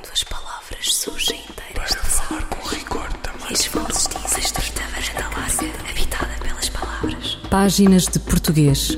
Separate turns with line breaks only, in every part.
Quando as palavras surgem inteiras para falar com rigor também. E as vozes dizem estrita varanda larga, habitada pelas palavras.
Páginas de Português.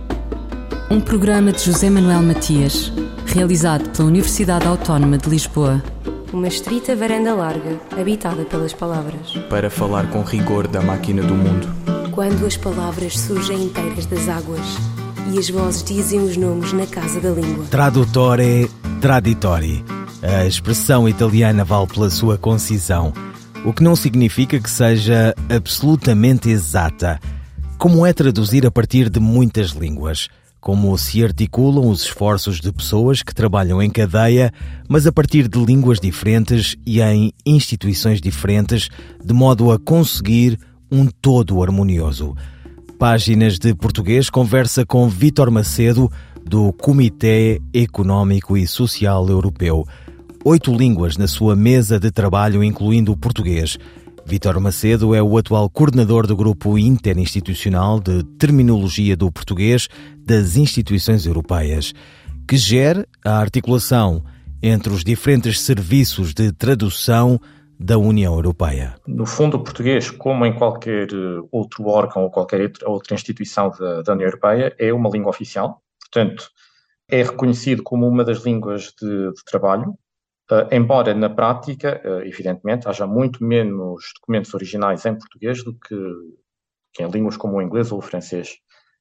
Um programa de José Manuel Matias, realizado pela Universidade Autónoma de Lisboa.
Uma estrita varanda larga, habitada pelas palavras.
Para falar com rigor da máquina do mundo.
Quando as palavras surgem inteiras das águas e as vozes dizem os nomes na casa da língua.
Traduttore traditori. A expressão italiana vale pela sua concisão, o que não significa que seja absolutamente exata. Como é traduzir a partir de muitas línguas? Como se articulam os esforços de pessoas que trabalham em cadeia, mas a partir de línguas diferentes e em instituições diferentes, de modo a conseguir um todo harmonioso. Páginas de Português conversa com Vítor Macedo, do Comitê Económico e Social Europeu. 8 línguas na sua mesa de trabalho, incluindo o português. Vítor Macedo é o atual coordenador do Grupo Interinstitucional de Terminologia do Português das instituições europeias, que gera a articulação entre os diferentes serviços de tradução da União Europeia.
No fundo, o português, como em qualquer outro órgão ou qualquer outra instituição da União Europeia, é uma língua oficial. Portanto, é reconhecido como uma das línguas de trabalho, embora na prática, evidentemente, haja muito menos documentos originais em português do que em línguas como o inglês ou o francês.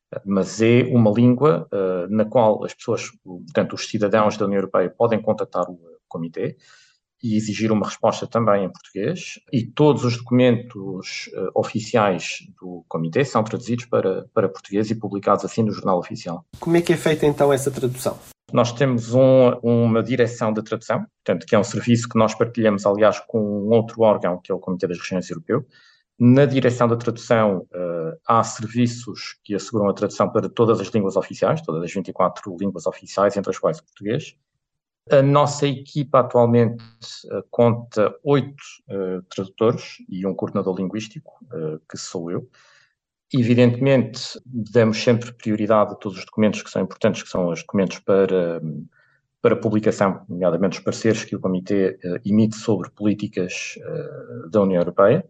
Mas é uma língua na qual as pessoas, portanto, os cidadãos da União Europeia podem contactar o Comitê e exigir uma resposta também em português, e todos os documentos oficiais do Comitê são traduzidos para português e publicados assim no Jornal Oficial.
Como é que é feita então essa tradução?
Nós temos uma direção de tradução, portanto, que é um serviço que nós partilhamos, aliás, com um outro órgão, que é o Comitê das Regiões Europeu. Na direção da tradução há serviços que asseguram a tradução para todas as línguas oficiais, todas as 24 línguas oficiais, entre as quais o português. A nossa equipa atualmente conta 8 tradutores e um coordenador linguístico, que sou eu. Evidentemente, damos sempre prioridade a todos os documentos que são importantes, que são os documentos para publicação, nomeadamente os pareceres que o Comitê emite sobre políticas da União Europeia.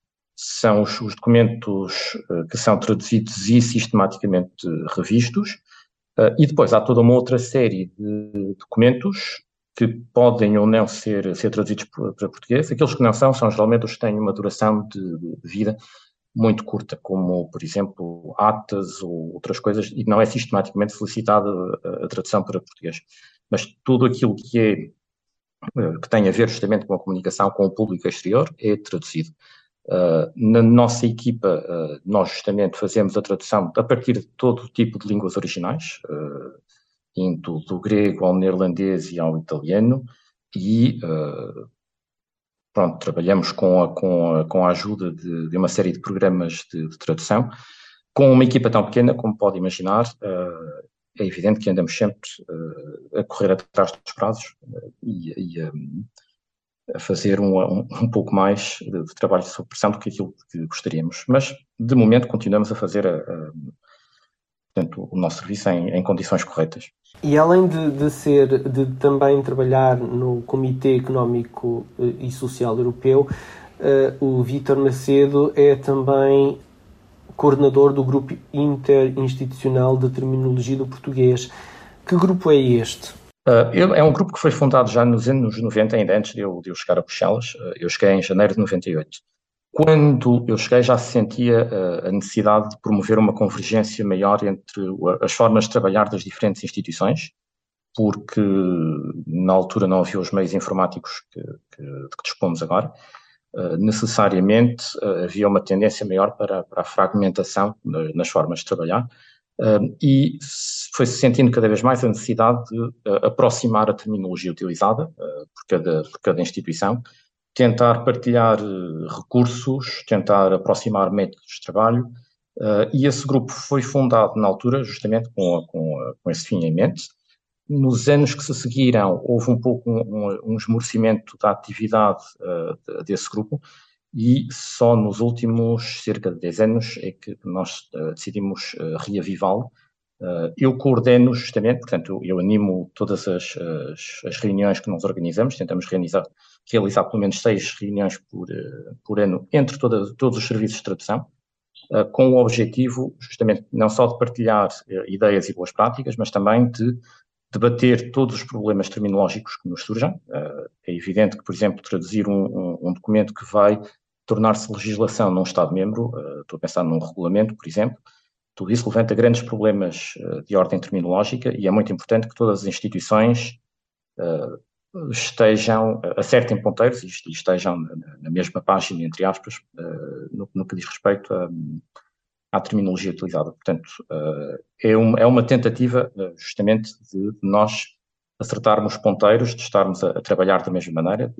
São os documentos que são traduzidos e sistematicamente revistos. E depois há toda uma outra série de documentos que podem ou não ser traduzidos para português. Aqueles que não são geralmente os que têm uma duração de vida muito curta, como, por exemplo, atas ou outras coisas, e não é sistematicamente solicitada a tradução para português. Mas tudo aquilo que tem a ver justamente com a comunicação com o público exterior é traduzido. Na nossa equipa, nós justamente fazemos a tradução a partir de todo tipo de línguas originais, indo do grego ao neerlandês e ao italiano, e trabalhamos com a ajuda de uma série de programas de tradução. Com uma equipa tão pequena, como pode imaginar, é evidente que andamos sempre a correr atrás dos prazos e a fazer um pouco mais de trabalho sob pressão do que aquilo que gostaríamos. Mas, de momento, continuamos a fazer portanto, o nosso serviço em condições corretas.
E além de também trabalhar no Comitê Económico e Social Europeu, o Vítor Macedo é também coordenador do Grupo Interinstitucional de Terminologia do Português. Que grupo é este?
É um grupo que foi fundado já nos anos 90, ainda antes de eu chegar a Bruxelas. Eu cheguei em janeiro de 98. Quando eu cheguei já se sentia a necessidade de promover uma convergência maior entre as formas de trabalhar das diferentes instituições, porque na altura não havia os meios informáticos de que dispomos agora. Necessariamente havia uma tendência maior para a fragmentação nas formas de trabalhar. E foi-se sentindo cada vez mais a necessidade de aproximar a terminologia utilizada por cada instituição, tentar partilhar recursos, tentar aproximar métodos de trabalho, e esse grupo foi fundado na altura justamente com esse fim em mente. Nos anos que se seguiram houve um pouco um esmorecimento da atividade desse grupo, e só nos últimos cerca de 10 anos é que nós decidimos reavivá-lo, Eu coordeno justamente, portanto, eu animo todas as reuniões que nós organizamos, tentamos realizar pelo menos 6 reuniões por ano entre todos os serviços de tradução, com o objetivo justamente não só de partilhar ideias e boas práticas, mas também de debater todos os problemas terminológicos que nos surjam. É evidente que, por exemplo, traduzir um documento que vai tornar-se legislação num Estado-membro, estou a pensar num regulamento, por exemplo, tudo isso levanta grandes problemas de ordem terminológica e é muito importante que todas as instituições acertem ponteiros e estejam na mesma página, entre aspas, no que diz respeito à terminologia utilizada. Portanto, é uma tentativa justamente de nós acertarmos ponteiros, de estarmos a trabalhar da mesma maneira,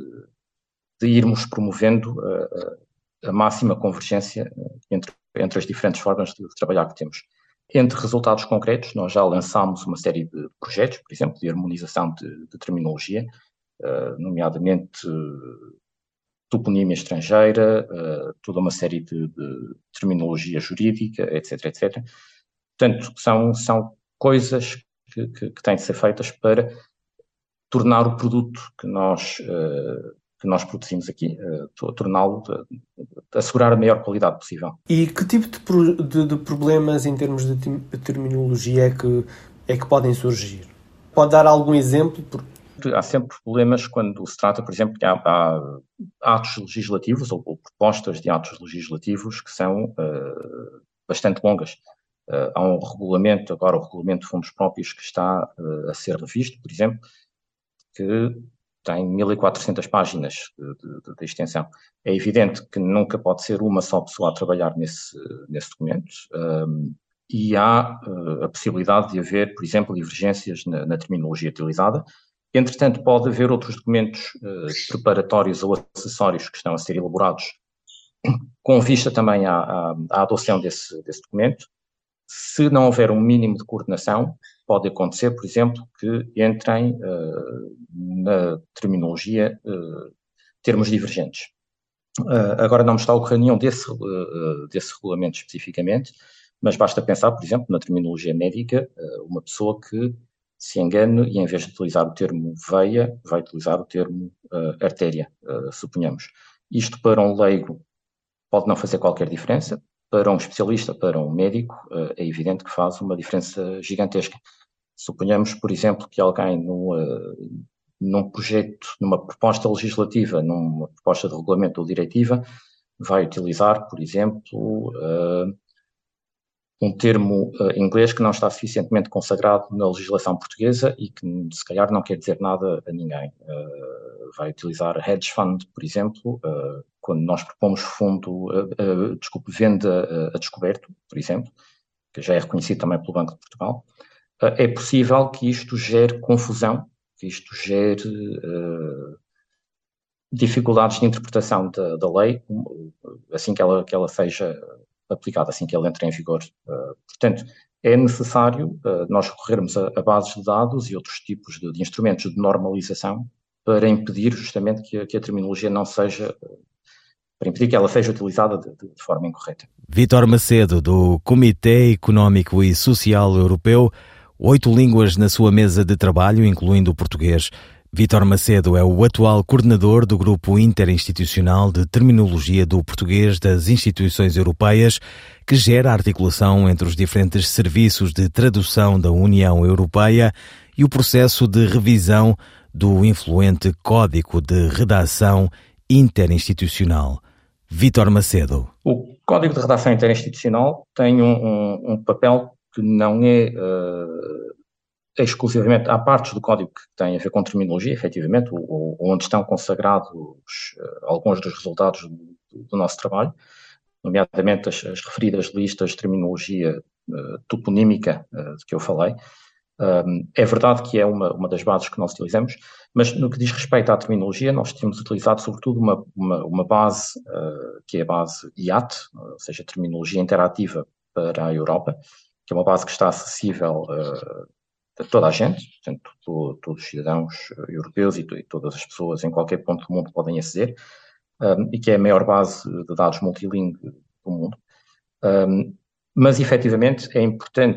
de irmos promovendo a máxima convergência entre as diferentes formas de trabalhar que temos. Entre resultados concretos, nós já lançámos uma série de projetos, por exemplo, de harmonização de terminologia, nomeadamente toponímia estrangeira, toda uma série de terminologia jurídica, etc, etc. Portanto, são coisas que têm de ser feitas para tornar o produto que nós produzimos aqui, torná-lo, assegurar a maior qualidade possível.
E que tipo de problemas em termos de terminologia é que podem surgir? Pode dar algum exemplo?
Há sempre problemas quando se trata, por exemplo, que há atos legislativos ou propostas de atos legislativos que são bastante longas. Há um regulamento, agora o regulamento de fundos próprios que está a ser revisto, por exemplo, que tem 1400 páginas de extensão. É evidente que nunca pode ser uma só pessoa a trabalhar nesse documento, e há a possibilidade de haver, por exemplo, divergências na terminologia utilizada. Entretanto, pode haver outros documentos preparatórios ou acessórios que estão a ser elaborados com vista também à adoção desse documento. Se não houver um mínimo de coordenação, pode acontecer, por exemplo, que entrem na terminologia termos divergentes. Agora não me está a ocorrer nenhum desse regulamento especificamente, mas basta pensar, por exemplo, na terminologia médica, uma pessoa que se engane e em vez de utilizar o termo veia, vai utilizar o termo artéria, suponhamos. Isto para um leigo pode não fazer qualquer diferença, para um especialista, para um médico, é evidente que faz uma diferença gigantesca. Suponhamos, por exemplo, que alguém num projeto, numa proposta legislativa, numa proposta de regulamento ou diretiva, vai utilizar, por exemplo, um termo inglês que não está suficientemente consagrado na legislação portuguesa e que se calhar não quer dizer nada a ninguém. Vai utilizar hedge fund, por exemplo, quando nós propomos venda a descoberto, por exemplo, que já é reconhecido também pelo Banco de Portugal. É possível que isto gere confusão, que isto gere dificuldades de interpretação da lei, assim que ela seja aplicada, assim que ela entre em vigor. Portanto, é necessário nós recorrermos a bases de dados e outros tipos de instrumentos de normalização para impedir justamente que a terminologia não seja, para impedir que ela seja utilizada de forma incorreta.
Vítor Macedo, do Comitê Económico e Social Europeu, 8 línguas na sua mesa de trabalho, incluindo o português. Vítor Macedo é o atual coordenador do Grupo Interinstitucional de Terminologia do Português das Instituições Europeias, que gera a articulação entre os diferentes serviços de tradução da União Europeia e o processo de revisão do influente Código de Redação Interinstitucional. Vítor Macedo.
O Código de Redação Interinstitucional tem um papel que não é exclusivamente. Há partes do código que têm a ver com terminologia, efetivamente, onde estão consagrados alguns dos resultados do nosso trabalho, nomeadamente as referidas listas de terminologia toponímica de que eu falei. É verdade que é uma das bases que nós utilizamos, mas no que diz respeito à terminologia, nós temos utilizado sobretudo uma base que é a base IAT, ou seja, Terminologia Interativa para a Europa, que é uma base que está acessível a toda a gente, portanto, todos os cidadãos europeus e todas as pessoas em qualquer ponto do mundo podem aceder, e que é a maior base de dados multilingue do mundo. Mas, efetivamente, é importante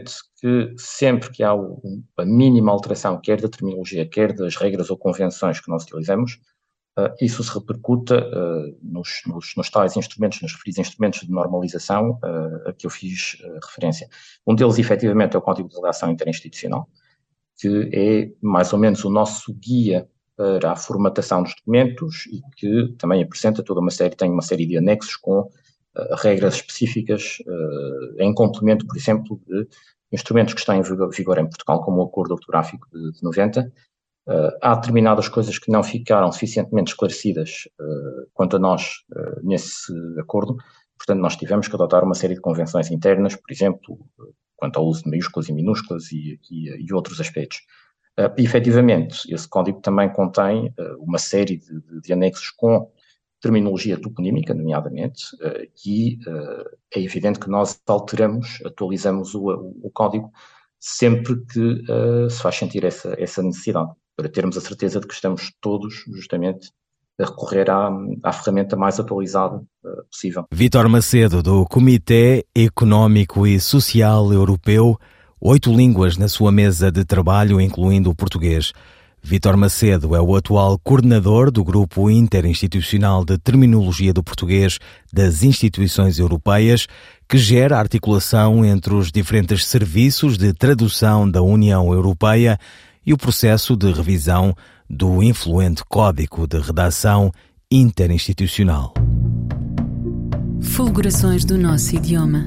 que sempre que há a mínima alteração, quer da terminologia, quer das regras ou convenções que nós utilizamos, isso se repercuta nos tais instrumentos, nos referidos instrumentos de normalização a que eu fiz referência. Um deles, efetivamente, é o Código de Delegação Interinstitucional, que é mais ou menos o nosso guia para a formatação dos documentos e que também apresenta tem uma série de anexos com regras específicas em complemento, por exemplo, de instrumentos que estão em vigor em Portugal, como o Acordo Ortográfico de 90. Há determinadas coisas que não ficaram suficientemente esclarecidas quanto a nós nesse acordo, portanto nós tivemos que adotar uma série de convenções internas, por exemplo, quanto ao uso de maiúsculas e minúsculas e outros aspectos. E, efetivamente, esse código também contém uma série de anexos com terminologia toponímica, nomeadamente, e é evidente que nós atualizamos o código sempre que se faz sentir essa necessidade, para termos a certeza de que estamos todos, justamente, a recorrer à ferramenta mais atualizada possível.
Vítor Macedo, do Comitê Económico e Social Europeu, 8 línguas na sua mesa de trabalho, incluindo o português. Vítor Macedo é o atual coordenador do Grupo Interinstitucional de Terminologia do Português das Instituições Europeias, que gera a articulação entre os diferentes serviços de tradução da União Europeia e o processo de revisão do influente Código de Redação Interinstitucional.
Fulgurações do nosso idioma.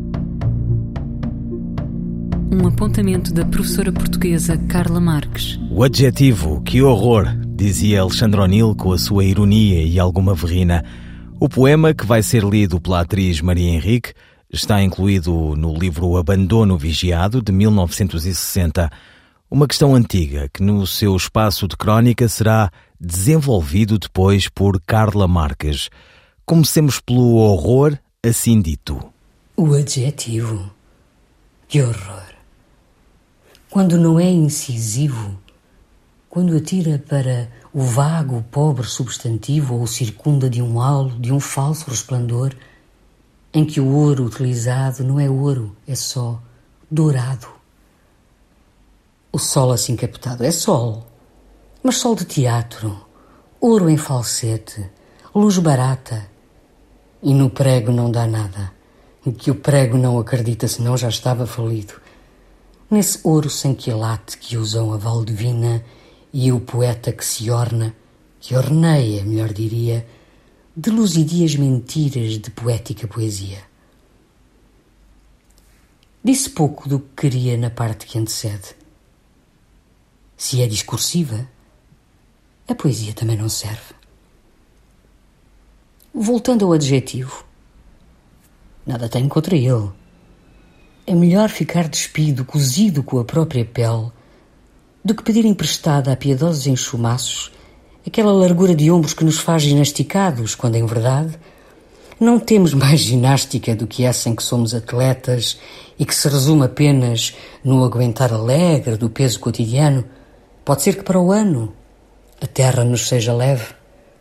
Um apontamento da professora portuguesa Carla Marques.
O adjetivo, que horror, dizia Alexandre O'Neill com a sua ironia e alguma verrina. O poema, que vai ser lido pela atriz Maria Henrique, está incluído no livro Abandono Vigiado, de 1960. Uma questão antiga que, no seu espaço de crónica, será desenvolvido depois por Carla Marques. Comecemos pelo horror assim dito.
O adjetivo. Que horror. Quando não é incisivo, quando atira para o vago, pobre substantivo ou circunda de um halo, de um falso resplendor, em que o ouro utilizado não é ouro, é só dourado. O sol assim captado é sol, mas sol de teatro, ouro em falsete, luz barata. E no prego não dá nada, que o prego não acredita senão já estava falido. Nesse ouro sem quilate que usam a Valdivina e o poeta que se orna, que orneia, melhor diria, de luzidias mentiras de poética poesia. Disse pouco do que queria na parte que antecede. Se é discursiva, a poesia também não serve. Voltando ao adjetivo, nada tenho contra ele. É melhor ficar despido, cozido com a própria pele, do que pedir emprestada a piedosos enxumaços aquela largura de ombros que nos faz ginasticados, quando, em verdade, não temos mais ginástica do que essa em que somos atletas e que se resume apenas no aguentar alegre do peso cotidiano. Pode ser que para o ano a terra nos seja leve,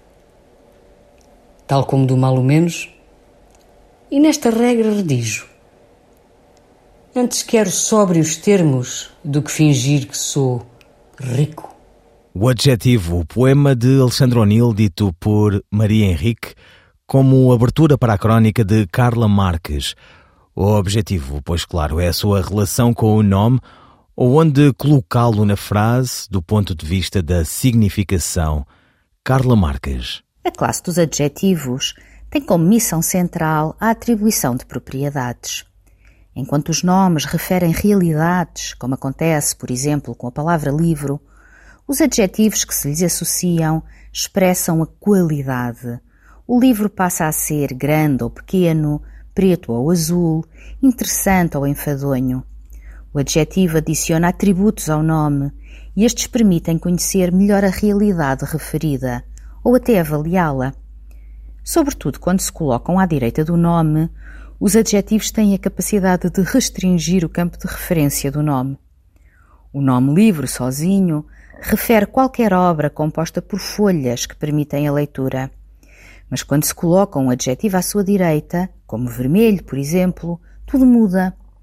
tal como do mal o menos, e nesta regra redijo. Antes quero sóbrios termos do que fingir que sou rico.
O adjetivo, o poema de Alexandre O'Neill, dito por Maria Henrique, como abertura para a crónica de Carla Marques. O objetivo, pois claro, é a sua relação com o nome, ou onde colocá-lo na frase do ponto de vista da significação. Carla Marques.
A classe dos adjetivos tem como missão central a atribuição de propriedades. Enquanto os nomes referem realidades, como acontece, por exemplo, com a palavra livro, os adjetivos que se lhes associam expressam a qualidade. O livro passa a ser grande ou pequeno, preto ou azul, interessante ou enfadonho. O adjetivo adiciona atributos ao nome e estes permitem conhecer melhor a realidade referida ou até avaliá-la. Sobretudo quando se colocam à direita do nome, os adjetivos têm a capacidade de restringir o campo de referência do nome. O nome livro sozinho refere qualquer obra composta por folhas que permitem a leitura. Mas quando se coloca um adjetivo à sua direita, como vermelho, por exemplo, tudo muda.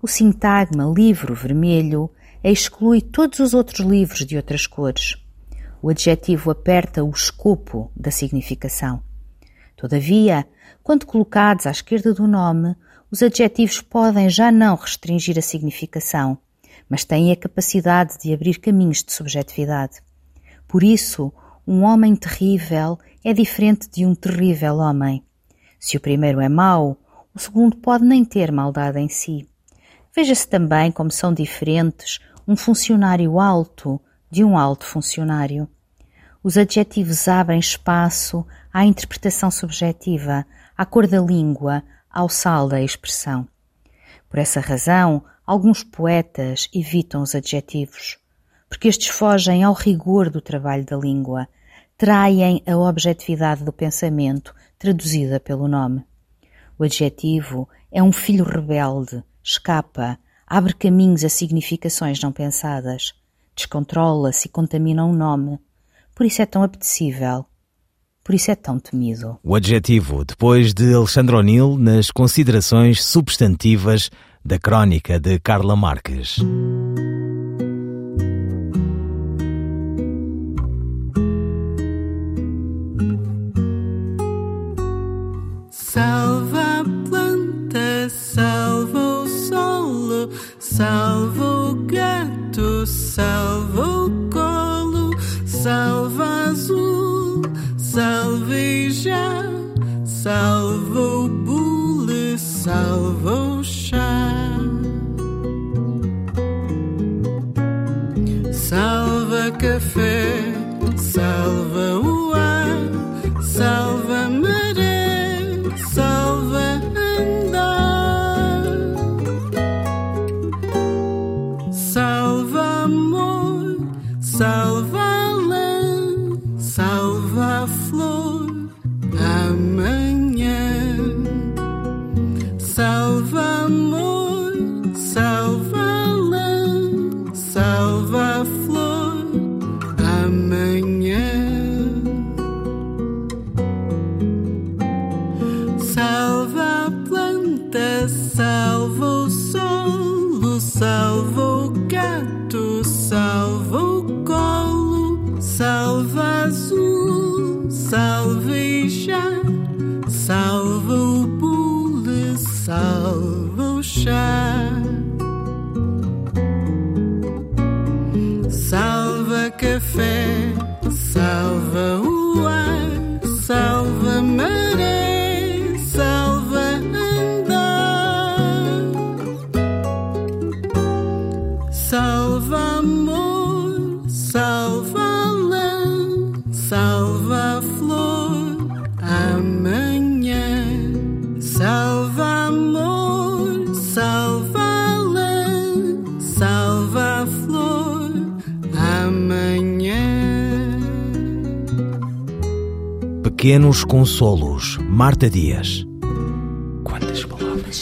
o sintagma livro vermelho exclui todos os outros livros de outras cores. O adjetivo aperta o escopo da significação. Todavia, quando colocados à esquerda do nome, os adjetivos podem já não restringir a significação, mas têm a capacidade de abrir caminhos de subjetividade. Por isso, um homem terrível é diferente de um terrível homem. Se o primeiro é mau, o segundo pode nem ter maldade em si. Veja-se também como são diferentes um funcionário alto de um alto funcionário. Os adjetivos abrem espaço à interpretação subjetiva, à cor da língua, ao sal da expressão. Por essa razão, alguns poetas evitam os adjetivos, porque estes fogem ao rigor do trabalho da língua, traem a objetividade do pensamento traduzida pelo nome. O adjetivo é um filho rebelde, escapa, abre caminhos a significações não pensadas, descontrola-se e contamina um nome. Por isso é tão apetecível, por isso é tão temido.
O adjetivo, depois de Alexandre O'Neill, nas considerações substantivas da crónica de Carla Marques.
Salva a planta, salva o solo, salva o gato, salva o colo, salva azul, salveja, salva o bule, salva o chá. Salva café, salva o ar, salva a maré, salva andar. Salva amor, salva a lã, salva a flor, amanhã. Salva amor, salva a lã, salva a flor, amanhã. Salva a planta, salva o solo, salva o gato, salva o colo, salva azul, salveja, salva o bule, salva o chá. Salva café, salva o ar, salva maré, salva andar. Salva amor, salva a lã, salva a flor, amanhã. Salva amor, salva a lã, salva a flor, amanhã.
Pequenos Consolos, Marta Dias.
Quantas palavras?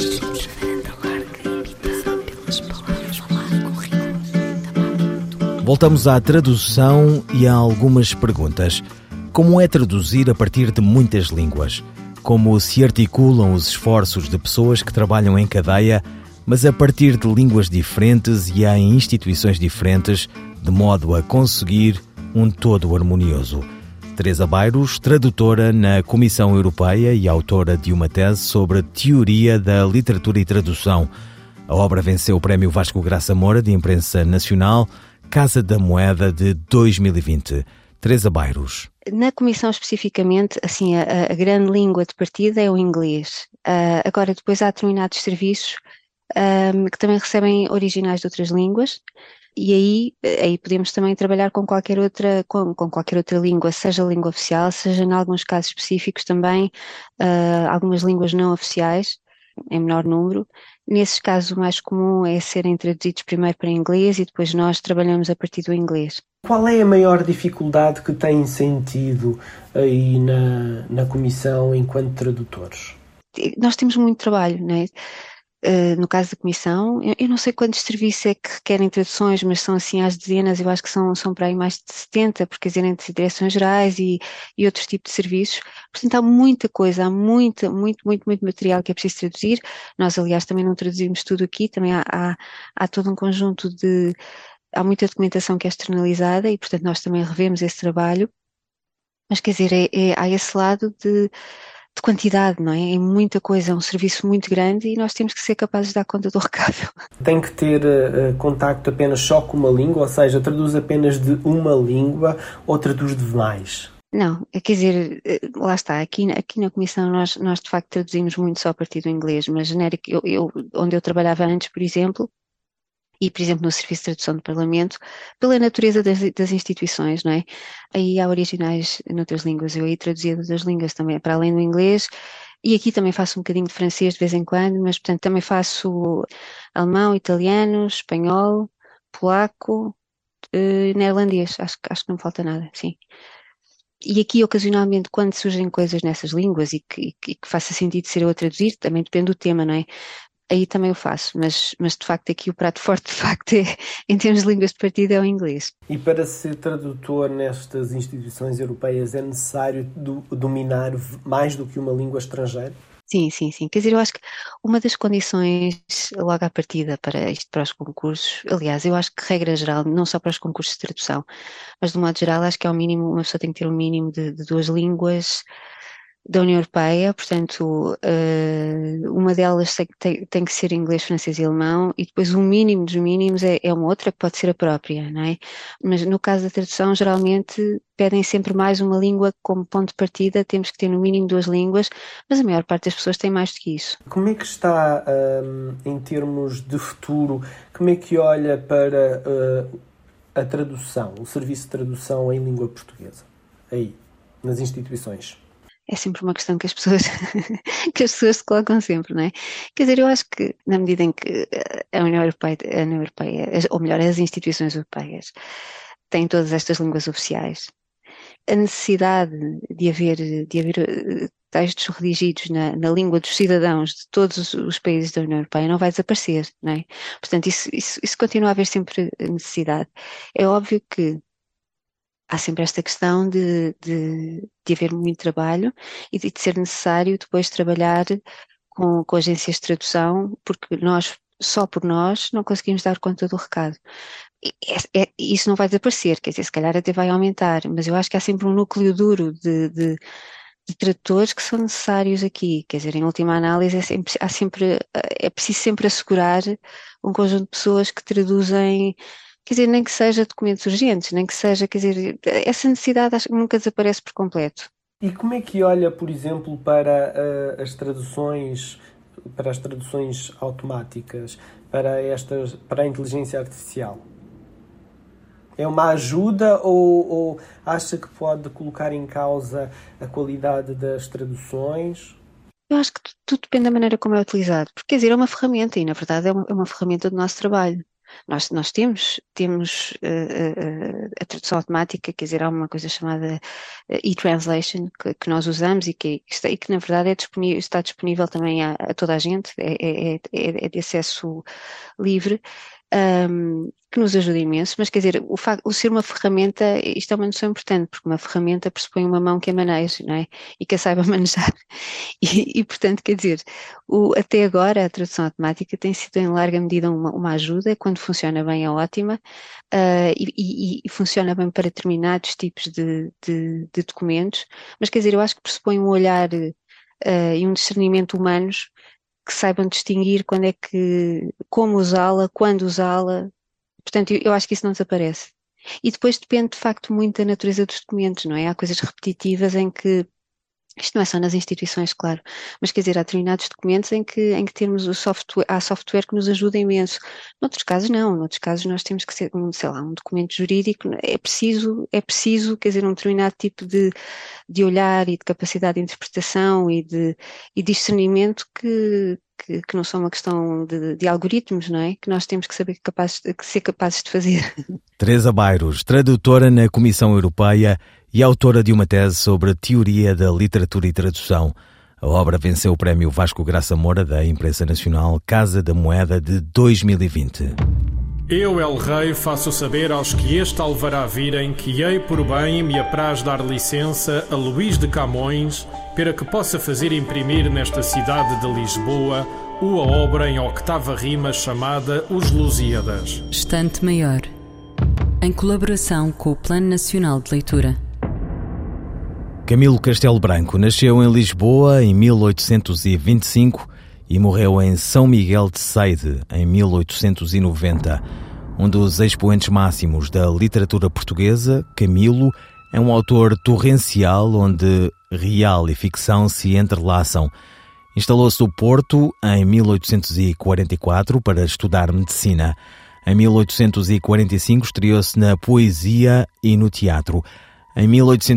Voltamos à tradução e a algumas perguntas. Como é traduzir a partir de muitas línguas? Como se articulam os esforços de pessoas que trabalham em cadeia, mas a partir de línguas diferentes e em instituições diferentes, de modo a conseguir um todo harmonioso? Teresa Bairros, tradutora na Comissão Europeia e autora de uma tese sobre teoria da literatura e tradução. A obra venceu o Prémio Vasco Graça Moura de Imprensa Nacional, Casa da Moeda de 2020. Teresa Bairros.
Na Comissão especificamente, assim, a grande língua de partida é o inglês. Agora, depois há determinados serviços que também recebem originais de outras línguas, e aí podemos também trabalhar com qualquer outra língua, seja língua oficial, seja em alguns casos específicos também algumas línguas não oficiais, em menor número. Nesses casos o mais comum é serem traduzidos primeiro para inglês e depois nós trabalhamos a partir do inglês.
Qual é a maior dificuldade que têm sentido aí na Comissão enquanto tradutores?
Nós temos muito trabalho, não é? no caso da Comissão, eu não sei quantos serviços é que requerem traduções, mas são assim às dezenas, eu acho que são para aí mais de 70, porque quer dizer, entre direções gerais e outros tipos de serviços. Portanto, há muita coisa, há muito material que é preciso traduzir. Nós, aliás, também não traduzimos tudo aqui, também há todo um conjunto há muita documentação que é externalizada e, portanto, nós também revemos esse trabalho. Mas, quer dizer, há esse lado de quantidade, não é? É muita coisa, é um serviço muito grande e nós temos que ser capazes de dar conta do recado.
Tem que ter contacto apenas só com uma língua, ou seja, traduz apenas de uma língua ou traduz de mais?
Não, quer dizer, lá está, aqui na Comissão nós de facto traduzimos muito só a partir do inglês, mas genérico, onde eu trabalhava antes, por exemplo, e, por exemplo, no Serviço de Tradução do Parlamento, pela natureza das instituições, não é? Aí há originais noutras línguas, eu aí traduzia das línguas também, para além do inglês, e aqui também faço um bocadinho de francês de vez em quando, mas, portanto, também faço alemão, italiano, espanhol, polaco, neerlandês, acho que não me falta nada, sim. E aqui, ocasionalmente, quando surgem coisas nessas línguas e que faça sentido ser eu a traduzir, também depende do tema, não é? Aí também eu faço, mas de facto aqui o prato forte de facto em termos de línguas de partida é o inglês.
E para ser tradutor nestas instituições europeias é necessário dominar mais do que uma língua estrangeira?
Sim. Quer dizer, eu acho que uma das condições logo à partida para os concursos, aliás, eu acho que regra geral, não só para os concursos de tradução, mas de um modo geral acho que é o mínimo, uma pessoa tem que ter um mínimo de 2 línguas da União Europeia, portanto, uma delas tem que ser inglês, francês e alemão, e depois o mínimo dos mínimos é uma outra que pode ser a própria, não é? Mas no caso da tradução, geralmente pedem sempre mais uma língua como ponto de partida, temos que ter no mínimo 2 línguas, mas a maior parte das pessoas tem mais do que isso.
Como é que está, em termos de futuro, como é que olha para a tradução, o serviço de tradução em língua portuguesa, aí, nas instituições?
É sempre uma questão que as pessoas se colocam sempre, não é? Quer dizer, eu acho que na medida em que a União Europeia, ou melhor, as instituições europeias têm todas estas línguas oficiais, a necessidade de haver textos redigidos na língua dos cidadãos de todos os países da União Europeia não vai desaparecer, não é? Portanto, isso continua a haver sempre necessidade. É óbvio que há sempre esta questão de haver muito trabalho e de ser necessário depois trabalhar com agências de tradução, porque só por nós, não conseguimos dar conta do recado. Isso não vai desaparecer, quer dizer, se calhar até vai aumentar, mas eu acho que há sempre um núcleo duro de tradutores que são necessários aqui, quer dizer, em última análise é preciso sempre assegurar um conjunto de pessoas que traduzem. Quer dizer, nem que seja documentos urgentes, nem que seja, quer dizer, essa necessidade acho que nunca desaparece por completo.
E como é que olha, por exemplo, para as traduções automáticas, para a inteligência artificial? É uma ajuda ou acha que pode colocar em causa a qualidade das traduções?
Eu acho que tudo depende da maneira como é utilizado, porque quer dizer, é uma ferramenta e na verdade é uma ferramenta do nosso trabalho. Nós temos a tradução automática, quer dizer, há uma coisa chamada e-translation que nós usamos e que na verdade está disponível também a toda a gente, é de acesso livre, que nos ajuda imenso, mas quer dizer, o ser uma ferramenta, isto é uma noção importante, porque uma ferramenta pressupõe uma mão que a maneje, não é? E que a saiba manejar. E portanto, quer dizer, até agora a tradução automática tem sido em larga medida uma ajuda, quando funciona bem é ótima, e funciona bem para determinados tipos de documentos, mas quer dizer, eu acho que pressupõe um olhar e um discernimento humanos que saibam distinguir como usá-la, quando usá-la. Portanto, eu acho que isso não desaparece. E depois depende, de facto, muito da natureza dos documentos, não é? Há coisas repetitivas em que, isto não é só nas instituições, claro, mas quer dizer, há determinados documentos em que temos há software que nos ajuda imenso. Noutros casos não, noutros casos nós temos que ser, sei lá, um documento jurídico, é preciso, quer dizer, um determinado tipo de olhar e de capacidade de interpretação e de discernimento que não são uma questão de algoritmos, não é? Que nós temos que ser capazes de fazer.
Teresa Bairros, tradutora na Comissão Europeia e autora de uma tese sobre teoria da literatura e tradução. A obra venceu o prémio Vasco Graça Moura da Imprensa Nacional Casa da Moeda de 2020.
Eu, El Rei, faço saber aos que este alvará virem que hei por bem me apraz dar licença a Luís de Camões para que possa fazer imprimir nesta cidade de Lisboa uma obra em octava rima chamada Os Lusíadas.
Estante Maior, em colaboração com o Plano Nacional de Leitura.
Camilo Castelo Branco nasceu em Lisboa em 1825 e morreu em São Miguel de Ceide em 1890. Um dos expoentes máximos da literatura portuguesa, Camilo é um autor torrencial onde real e ficção se entrelaçam. Instalou-se no Porto em 1844 para estudar medicina. Em 1845 estreou-se na poesia e no teatro. Em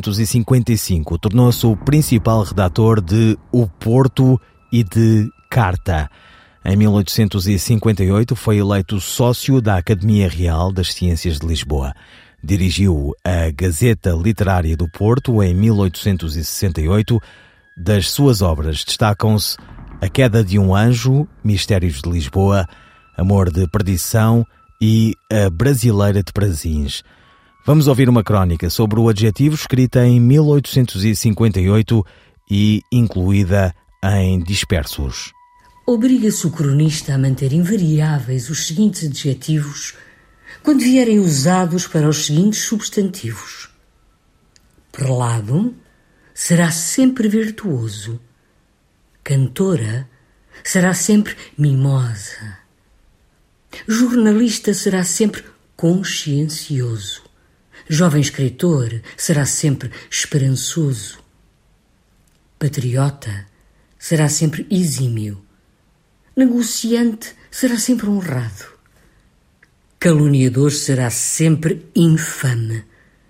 1855 tornou-se o principal redator de O Porto e de Carta. Em 1858 foi eleito sócio da Academia Real das Ciências de Lisboa. Dirigiu a Gazeta Literária do Porto em 1868. Das suas obras destacam-se A Queda de um Anjo, Mistérios de Lisboa, Amor de Perdição e A Brasileira de Prazins. Vamos ouvir uma crónica sobre o adjetivo escrita em 1858 e incluída em Dispersos.
Obriga-se o cronista a manter invariáveis os seguintes adjetivos quando vierem usados para os seguintes substantivos. Prelado será sempre virtuoso. Cantora será sempre mimosa. Jornalista será sempre consciencioso. Jovem escritor será sempre esperançoso. Patriota será sempre exímio. Negociante será sempre honrado. Caluniador será sempre infame.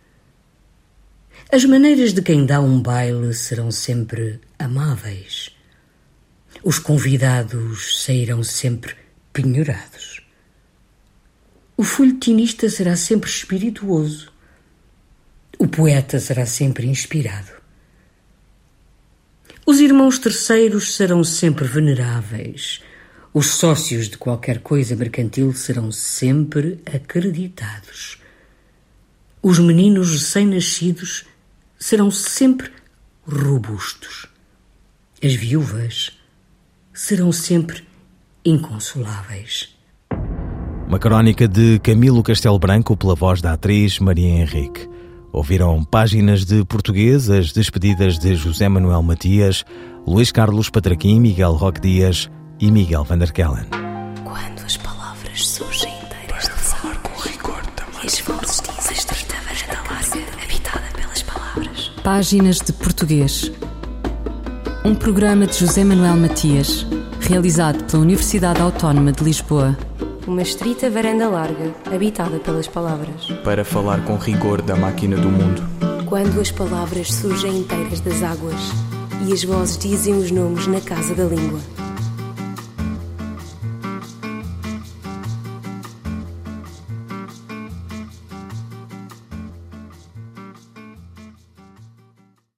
As maneiras de quem dá um baile serão sempre amáveis. Os convidados sairão sempre penhorados. O folhetinista será sempre espirituoso. O poeta será sempre inspirado. Os irmãos terceiros serão sempre veneráveis. Os sócios de qualquer coisa mercantil serão sempre acreditados. Os meninos recém-nascidos serão sempre robustos. As viúvas serão sempre inconsoláveis.
Uma crónica de Camilo Castelo Branco pela voz da atriz Maria Henrique. Ouviram páginas de português, as despedidas de José Manuel Matias, Luís Carlos Patraquim, Miguel Roque Dias e Miguel van der Kellen.
Quando as palavras surgem inteiras de falar com rigor também. E as vozes dizem estreita varanda larga, habitada pelas palavras.
Páginas de português. Um programa de José Manuel Matias, realizado pela Universidade Autónoma de Lisboa.
Uma estreita varanda larga, habitada pelas palavras.
Para falar com rigor da máquina do mundo.
Quando as palavras surgem inteiras das águas e as vozes dizem os nomes na casa da língua.